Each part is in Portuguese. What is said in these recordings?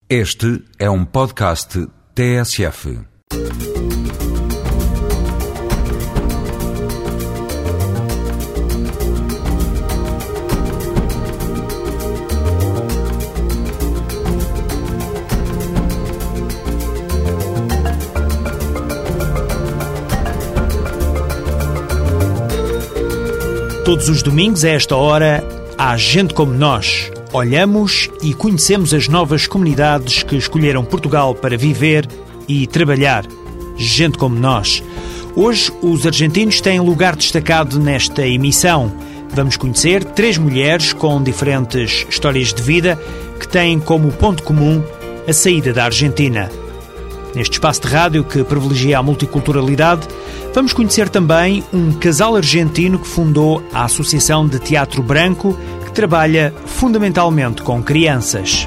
Este é um podcast TSF. Todos os domingos, a esta hora, há Gente Como Nós. Olhamos e conhecemos as novas comunidades que escolheram Portugal para viver e trabalhar. Gente Como Nós. Hoje, os argentinos têm lugar destacado nesta emissão. Vamos conhecer 3 mulheres com diferentes histórias de vida que têm como ponto comum a saída da Argentina. Neste espaço de rádio que privilegia a multiculturalidade, vamos conhecer também um casal argentino que fundou a Associação de Teatro Branco, que trabalha fundamentalmente com crianças.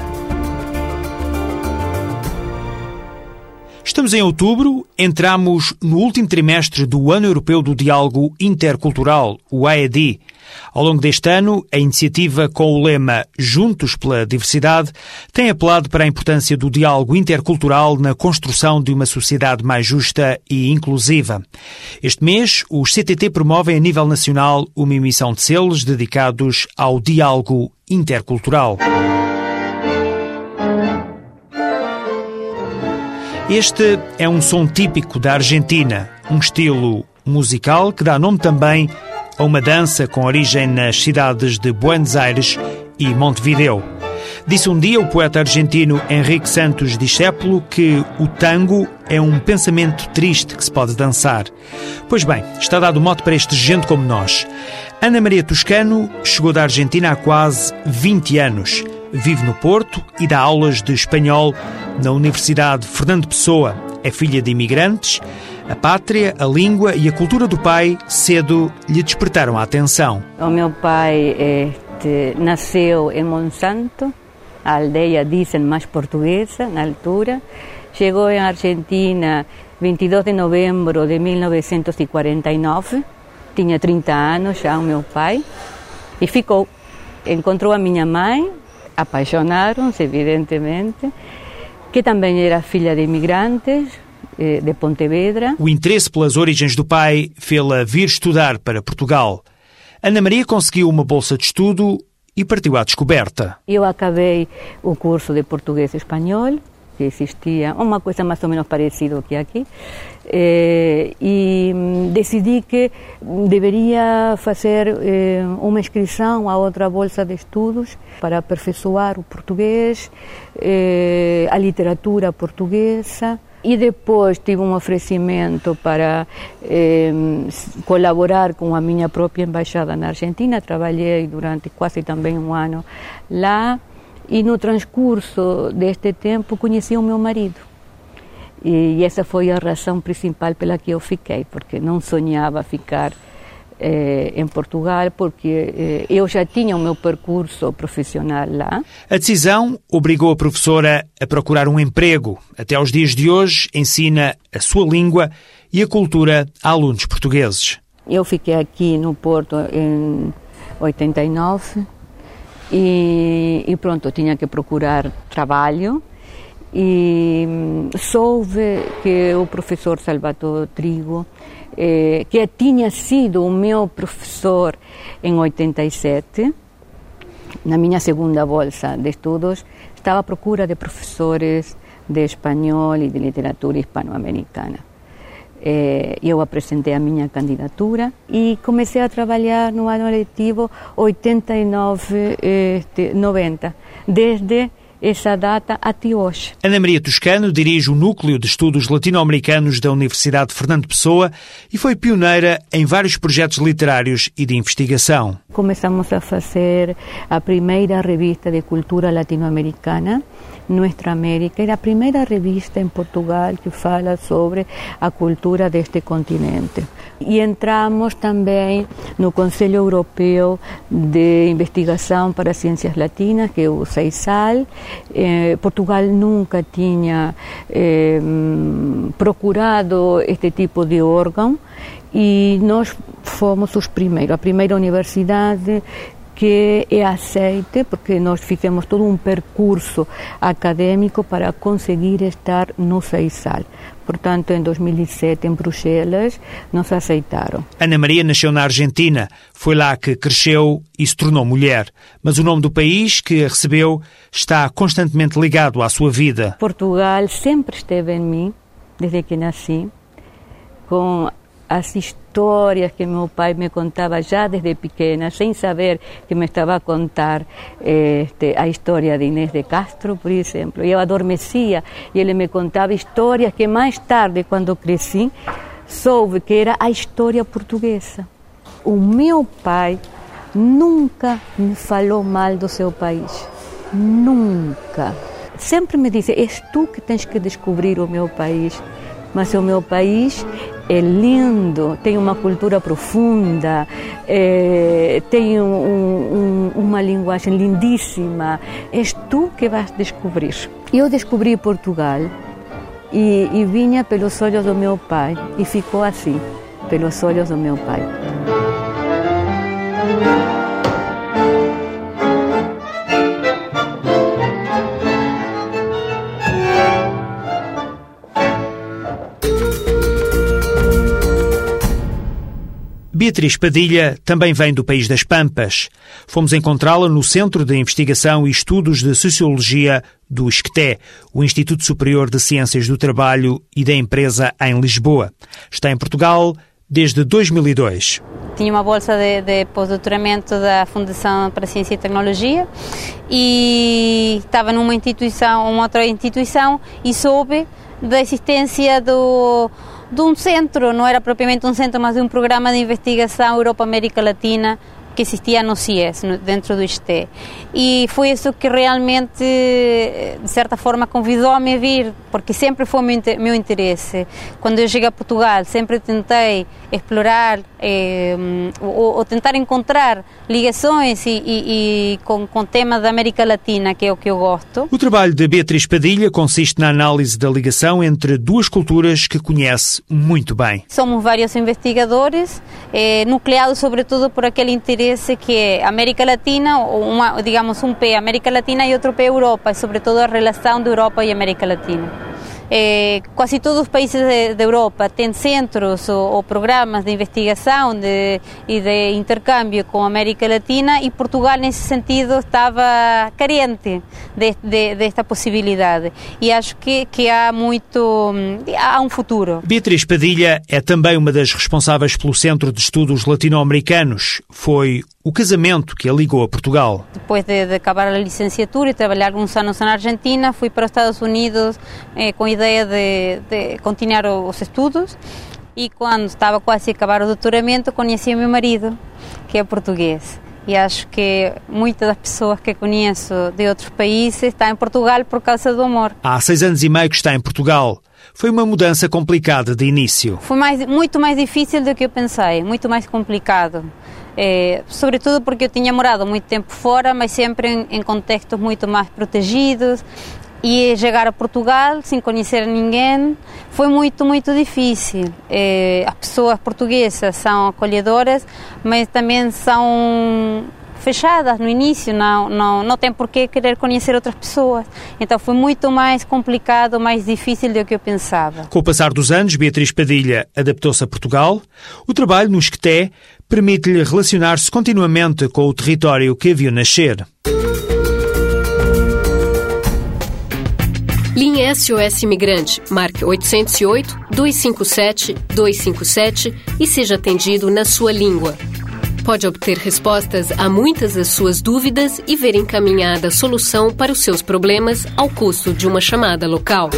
Estamos em outubro, entramos no último trimestre do Ano Europeu do Diálogo Intercultural, o AED. Ao longo deste ano, a iniciativa com o lema Juntos pela Diversidade tem apelado para a importância do diálogo intercultural na construção de uma sociedade mais justa e inclusiva. Este mês, os CTT promovem a nível nacional uma emissão de selos dedicados ao diálogo intercultural. Este é um som típico da Argentina, um estilo musical que dá nome também a uma dança com origem nas cidades de Buenos Aires e Montevideo. Disse um dia o poeta argentino Henrique Santos Discépolo que o tango é um pensamento triste que se pode dançar. Pois bem, está dado o mote para este Gente Como Nós. Ana Maria Toscano chegou da Argentina há quase 20 anos. Vive no Porto e dá aulas de espanhol na Universidade Fernando Pessoa. É filha de imigrantes. A pátria, a língua e a cultura do pai cedo lhe despertaram a atenção. O meu pai nasceu em Monsanto, a aldeia dizem mais portuguesa na altura. Chegou em Argentina 22 de novembro de 1949. Tinha 30 anos já o meu pai e ficou. Encontrou a minha mãe, apaixonaram-se evidentemente, que também era filha de imigrantes de Pontevedra. O interesse pelas origens do pai fê-la vir estudar para Portugal. Ana Maria conseguiu uma bolsa de estudo e partiu à descoberta. Eu acabei o curso de português e espanhol, que existia uma coisa mais ou menos parecida que aqui, e decidi que deveria fazer uma inscrição a outra bolsa de estudos para aperfeiçoar o português, a literatura portuguesa. E depois tive um oferecimento para colaborar com a minha própria embaixada na Argentina. Trabalhei durante quase também um ano lá. E no transcurso deste tempo conheci o meu marido. E essa foi a razão principal pela que eu fiquei, porque não sonhava ficar em Portugal, porque eu já tinha o meu percurso profissional lá. A decisão obrigou a professora a procurar um emprego. Até aos dias de hoje ensina a sua língua e a cultura a alunos portugueses. Eu fiquei aqui no Porto em 89. E pronto, tinha que procurar trabalho e soube que o professor Salvatore Trigo, que tinha sido o meu professor em 87, na minha segunda bolsa de estudos, estava à procura de professores de espanhol e de literatura hispano-americana. Eu apresentei a minha candidatura e comecei a trabalhar no ano letivo 89-90, desde essa data até hoje. Ana Maria Toscano dirige o Núcleo de Estudos Latino-Americanos da Universidade Fernando Pessoa e foi pioneira em vários projetos literários e de investigação. Começamos a fazer a primeira revista de cultura latino-americana, Nuestra América, é a primeira revista em Portugal que fala sobre a cultura deste continente. E entramos também no Conselho Europeu de Investigação para Ciências Latinas, que é o CEISAL. Portugal nunca tinha procurado este tipo de órgão e nós fomos os primeiros, a primeira universidade que é aceite, porque nós fizemos todo um percurso acadêmico para conseguir estar no CEISAL. Portanto, em 2007, em Bruxelas, nos aceitaram. Ana Maria nasceu na Argentina, foi lá que cresceu e se tornou mulher. Mas o nome do país que a recebeu está constantemente ligado à sua vida. Portugal sempre esteve em mim, desde que nasci, com as histórias que meu pai me contava já desde pequena, sem saber que me estava a contar a história de Inés de Castro, por exemplo. Eu adormecia e ele me contava histórias que mais tarde, quando cresci, soube que era a história portuguesa. O meu pai nunca me falou mal do seu país. Nunca. Sempre me disse, és tu que tens que descobrir o meu país. Mas o meu país é lindo, tem uma cultura profunda, tem uma linguagem lindíssima. És tu que vais descobrir. Eu descobri Portugal e vinha pelos olhos do meu pai e ficou assim, pelos olhos do meu pai. Beatriz Padilha também vem do país das Pampas. Fomos encontrá-la no Centro de Investigação e Estudos de Sociologia do ISCTE, o Instituto Superior de Ciências do Trabalho e da Empresa em Lisboa. Está em Portugal desde 2002. Tinha uma bolsa de pós-doutoramento da Fundação para Ciência e Tecnologia e estava numa outra instituição e soube da existência de um centro, não era propriamente um centro, mas de um programa de investigação Europa-América Latina que existia no CIES, dentro do ISCTE. E foi isso que realmente, de certa forma, convidou-me a vir, porque sempre foi meu interesse. Quando eu cheguei a Portugal, sempre tentei explorar ou tentar encontrar ligações com temas da América Latina, que é o que eu gosto. O trabalho de Beatriz Padilha consiste na análise da ligação entre duas culturas que conhece muito bem. Somos vários investigadores, nucleados sobretudo por aquele interesse que é América Latina, digamos um pé América Latina e outro pé Europa, e sobretudo a relação de Europa e América Latina. Quase todos os países da Europa têm centros ou programas de investigação e de intercâmbio com a América Latina e Portugal, nesse sentido, estava carente desta possibilidade. E acho que há um futuro. Beatriz Padilha é também uma das responsáveis pelo Centro de Estudos Latino-Americanos. Foi o casamento que a ligou a Portugal. Depois de acabar a licenciatura e trabalhar alguns anos na Argentina, fui para os Estados Unidos com a ideia de continuar os estudos e quando estava quase a acabar o doutoramento conheci o meu marido, que é português. E acho que muitas das pessoas que conheço de outros países estão em Portugal por causa do amor. Há 6 anos e meio que está em Portugal. Foi uma mudança complicada de início. Foi muito mais difícil do que eu pensei, muito mais complicado. Sobretudo porque eu tinha morado muito tempo fora, mas sempre em contextos muito mais protegidos. E chegar a Portugal sem conhecer ninguém foi muito, muito difícil. As pessoas portuguesas são acolhedoras, mas também são fechadas no início, não tem por que querer conhecer outras pessoas. Então foi muito mais complicado, mais difícil do que eu pensava. Com o passar dos anos, Beatriz Padilha adaptou-se a Portugal. O trabalho no ISCTE permite-lhe relacionar-se continuamente com o território que a viu nascer. Linha SOS Imigrante, marque 808-257-257 e seja atendido na sua língua. Pode obter respostas a muitas das suas dúvidas e ver encaminhada a solução para os seus problemas ao custo de uma chamada local.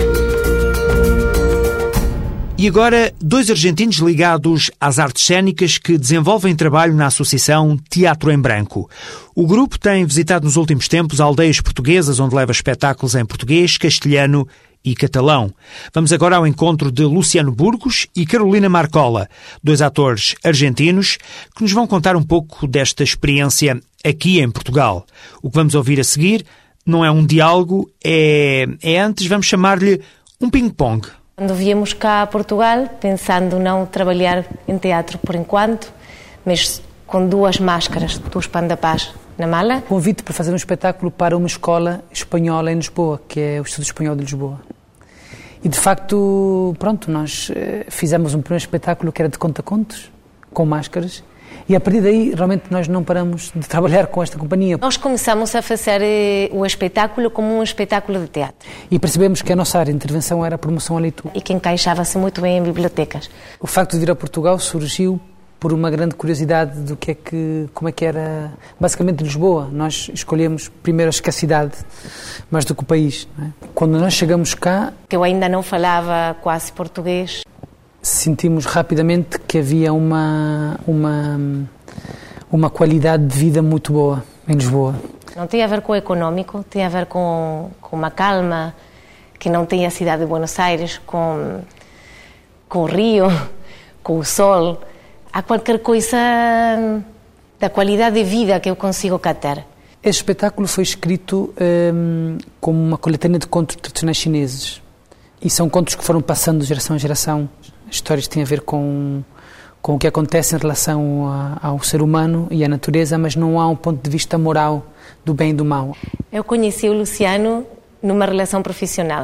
E agora, 2 argentinos ligados às artes cênicas que desenvolvem trabalho na associação Teatro em Branco. O grupo tem visitado nos últimos tempos aldeias portuguesas onde leva espetáculos em português, castelhano e catalão. Vamos agora ao encontro de Luciano Burgos e Carolina Marcola, 2 atores argentinos que nos vão contar um pouco desta experiência aqui em Portugal. O que vamos ouvir a seguir não é um diálogo, é antes, vamos chamar-lhe um ping-pong. Quando viemos cá a Portugal, pensando não trabalhar em teatro por enquanto, mas com 2 máscaras dos Panda Paz na mala. Convite para fazer um espetáculo para uma escola espanhola em Lisboa, que é o Instituto Espanhol de Lisboa. E, de facto, pronto, nós fizemos um primeiro espetáculo que era de conta-contos, com máscaras, e a partir daí, realmente, nós não paramos de trabalhar com esta companhia. Nós começamos a fazer o espetáculo como um espetáculo de teatro. E percebemos que a nossa área de intervenção era a promoção à leitura. E que encaixava-se muito bem em bibliotecas. O facto de vir a Portugal surgiu por uma grande curiosidade do como é que era, basicamente, Lisboa. Nós escolhemos primeiro acho que a cidade, mais do que o país. Não é? Quando nós chegamos cá... Que eu ainda não falava quase português. Sentimos rapidamente que havia uma qualidade de vida muito boa em Lisboa. Não tem a ver com o económico, tem a ver com uma calma que não tem a cidade de Buenos Aires, com o rio, com o sol. Há qualquer coisa da qualidade de vida que eu consigo captar. Este espetáculo foi escrito como uma coletânea de contos tradicionais chineses. E são contos que foram passando de geração em geração. Histórias que têm a ver com o que acontece em relação ao ser humano e à natureza, mas não há um ponto de vista moral do bem e do mal. Eu conheci o Luciano numa relação profissional.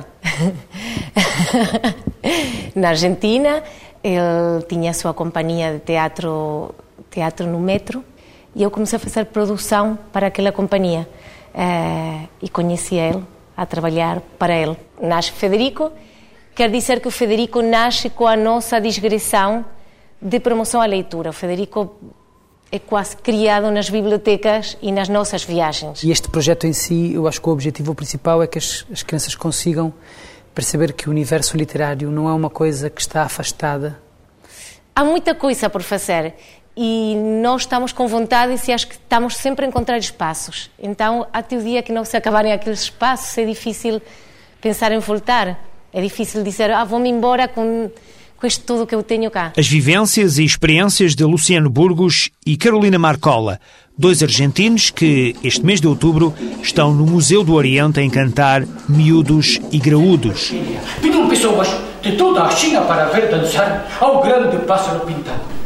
Na Argentina, ele tinha a sua companhia de teatro no metro, e eu comecei a fazer produção para aquela companhia. E conheci ele, a trabalhar para ele. Nasce Federico. Quer dizer que o Federico nasce com a nossa digressão de promoção à leitura. O Federico é quase criado nas bibliotecas e nas nossas viagens. E este projeto em si, eu acho que o objetivo principal é que as crianças consigam perceber que o universo literário não é uma coisa que está afastada. Há muita coisa por fazer e nós estamos com vontade e acho que estamos sempre a encontrar espaços. Então, até o dia que não se acabarem aqueles espaços, é difícil pensar em voltar. É difícil dizer, vou-me embora com isto tudo que eu tenho cá. As vivências e experiências de Luciano Burgos e Carolina Marcola, 2 argentinos que, este mês de outubro, estão no Museu do Oriente a encantar miúdos e graúdos. Vinham pessoas de toda a China para ver dançar ao grande pássaro pintado.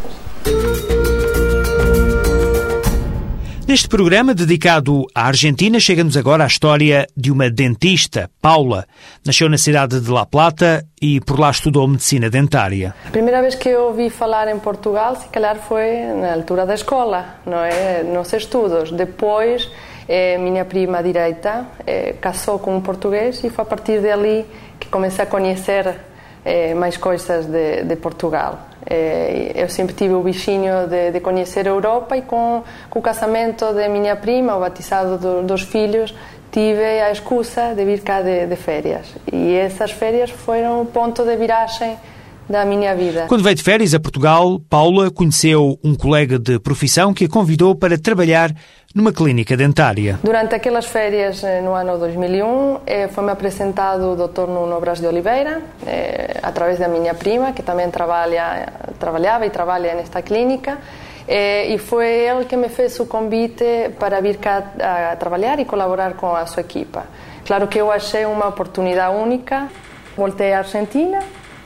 Neste programa dedicado à Argentina, chega-nos agora a história de uma dentista, Paula. Nasceu na cidade de La Plata e por lá estudou medicina dentária. A primeira vez que eu ouvi falar em Portugal, se calhar foi na altura da escola, não é? Nos estudos. Depois, minha prima direita casou com um português e foi a partir dali que comecei a conhecer mais coisas de Portugal. Eu sempre tive o bichinho de conhecer a Europa e com o casamento de minha prima, o batizado dos filhos, tive a excusa de vir cá de férias. E essas férias foram o ponto de viragem da minha vida. Quando veio de férias a Portugal, Paula conheceu um colega de profissão que a convidou para trabalhar numa clínica dentária. Durante aquelas férias, no ano 2001, foi-me apresentado o Dr. Nuno Braz de Oliveira, através da minha prima, que também trabalhava e trabalha nesta clínica, e foi ele que me fez o convite para vir cá a trabalhar e colaborar com a sua equipa. Claro que eu achei uma oportunidade única. Voltei à Argentina.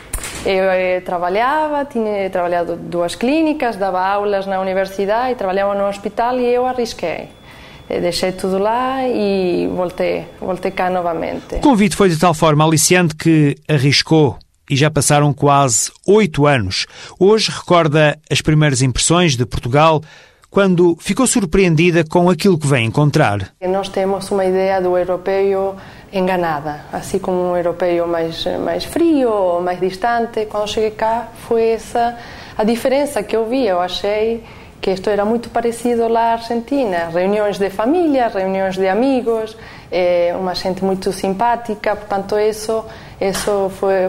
Eu trabalhava, tinha trabalhado 2 clínicas, dava aulas na universidade e trabalhava no hospital e eu arrisquei. Deixei tudo lá e voltei cá novamente. O convite foi de tal forma aliciante que arriscou e já passaram quase 8 anos. Hoje recorda as primeiras impressões de Portugal quando ficou surpreendida com aquilo que vem encontrar. Nós temos uma ideia do europeu enganada, assim como um europeu mais frio, mais distante. Quando cheguei cá, foi essa a diferença que eu vi. Eu achei que isto era muito parecido lá à Argentina. Reuniões de família, reuniões de amigos, uma gente muito simpática. Portanto, isso foi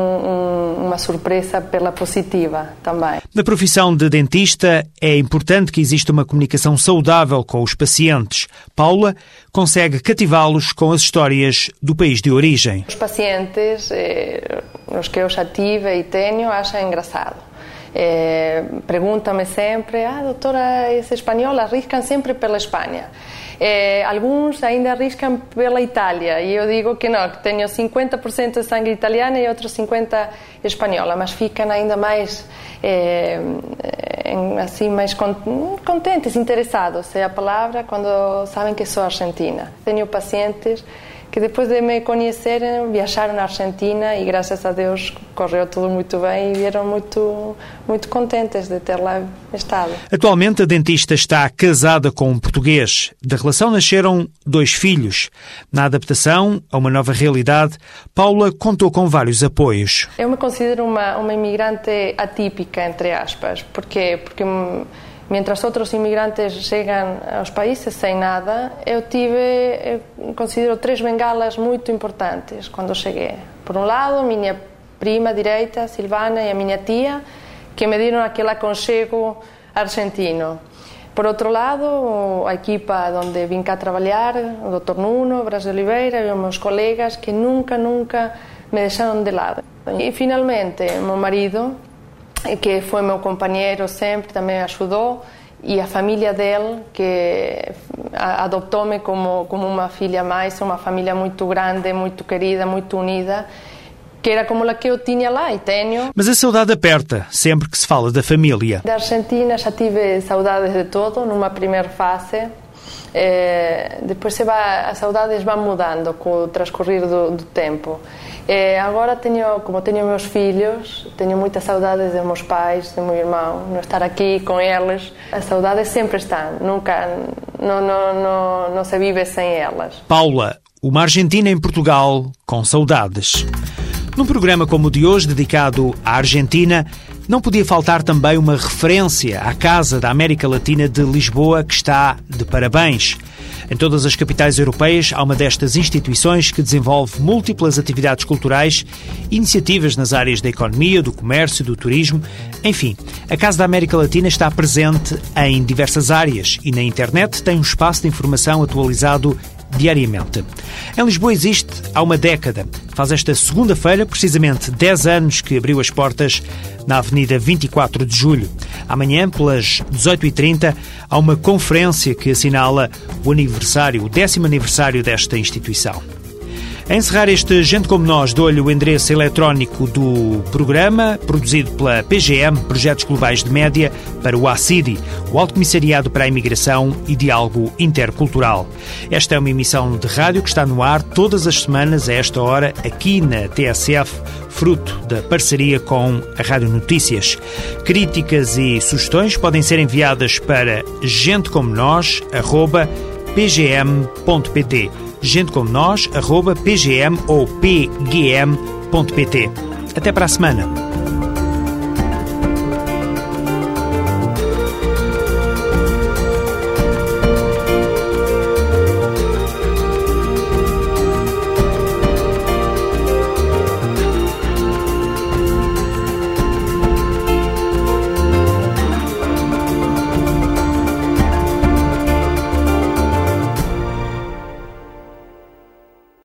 uma surpresa pela positiva também. Na profissão de dentista, é importante que exista uma comunicação saudável com os pacientes. Paula consegue cativá-los com as histórias do país de origem. Os pacientes, os que eu já tive e tenho, acham engraçado. Perguntam-me sempre, doutora, esse espanhol arriscam sempre pela Espanha. Alguns ainda arriscam pela Itália, e eu digo que não, que tenho 50% de sangue italiana e outros 50% espanhola, mas ficam ainda mais assim, mais contentes, interessados, é a palavra, quando sabem que sou argentina. Tenho pacientes que depois de me conhecerem viajaram à Argentina e graças a Deus correu tudo muito bem e vieram muito contentes de ter lá estado. Atualmente a dentista está casada com um português. Da relação nasceram 2 filhos. Na adaptação a uma nova realidade, Paula contou com vários apoios. Eu me considero uma imigrante atípica, entre aspas. Porquê? Porque mientras outros imigrantes chegam aos países sem nada, eu considero 3 bengalas muito importantes quando cheguei. Por um lado, minha prima direita, Silvana, e a minha tia, que me deram aquele aconchego argentino. Por outro lado, a equipa onde vim cá trabalhar, o Dr. Nuno Braz de Oliveira e os meus colegas, que nunca me deixaram de lado. E, finalmente, meu marido, que foi meu companheiro sempre, também ajudou, e a família dele, que adoptou-me como uma filha mais, uma família muito grande, muito querida, muito unida, que era como a que eu tinha lá e tenho. Mas a saudade aperta sempre que se fala da família. Da Argentina já tive saudades de todo, numa primeira fase. Depois as saudades vão mudando com o transcorrer do tempo. Agora como tenho meus filhos, tenho muitas saudades de meus pais, de meu irmão, não estar aqui com eles. As saudades sempre estão, nunca, não se vive sem elas. Paula, uma argentina em Portugal com saudades. Num programa como o de hoje, dedicado à Argentina, não podia faltar também uma referência à Casa da América Latina de Lisboa, que está de parabéns. Em todas as capitais europeias há uma destas instituições que desenvolve múltiplas atividades culturais, iniciativas nas áreas da economia, do comércio, do turismo. Enfim, a Casa da América Latina está presente em diversas áreas e na internet tem um espaço de informação atualizado diariamente. Em Lisboa existe há uma década. Faz esta segunda-feira, precisamente 10 anos que abriu as portas na Avenida 24 de Julho. Amanhã, pelas 18h30, há uma conferência que assinala o 10º aniversário desta instituição. A encerrar este Gente Como Nós, dou-lhe o endereço eletrónico do programa, produzido pela PGM, Projetos Globais de Média, para o ACIDI, o Alto Comissariado para a Imigração e Diálogo Intercultural. Esta é uma emissão de rádio que está no ar todas as semanas, a esta hora, aqui na TSF, fruto da parceria com a Rádio Notícias. Críticas e sugestões podem ser enviadas para gentecomonós@pgm.pt. gentecomonós@pgm ou pgm.pt. Até para a semana.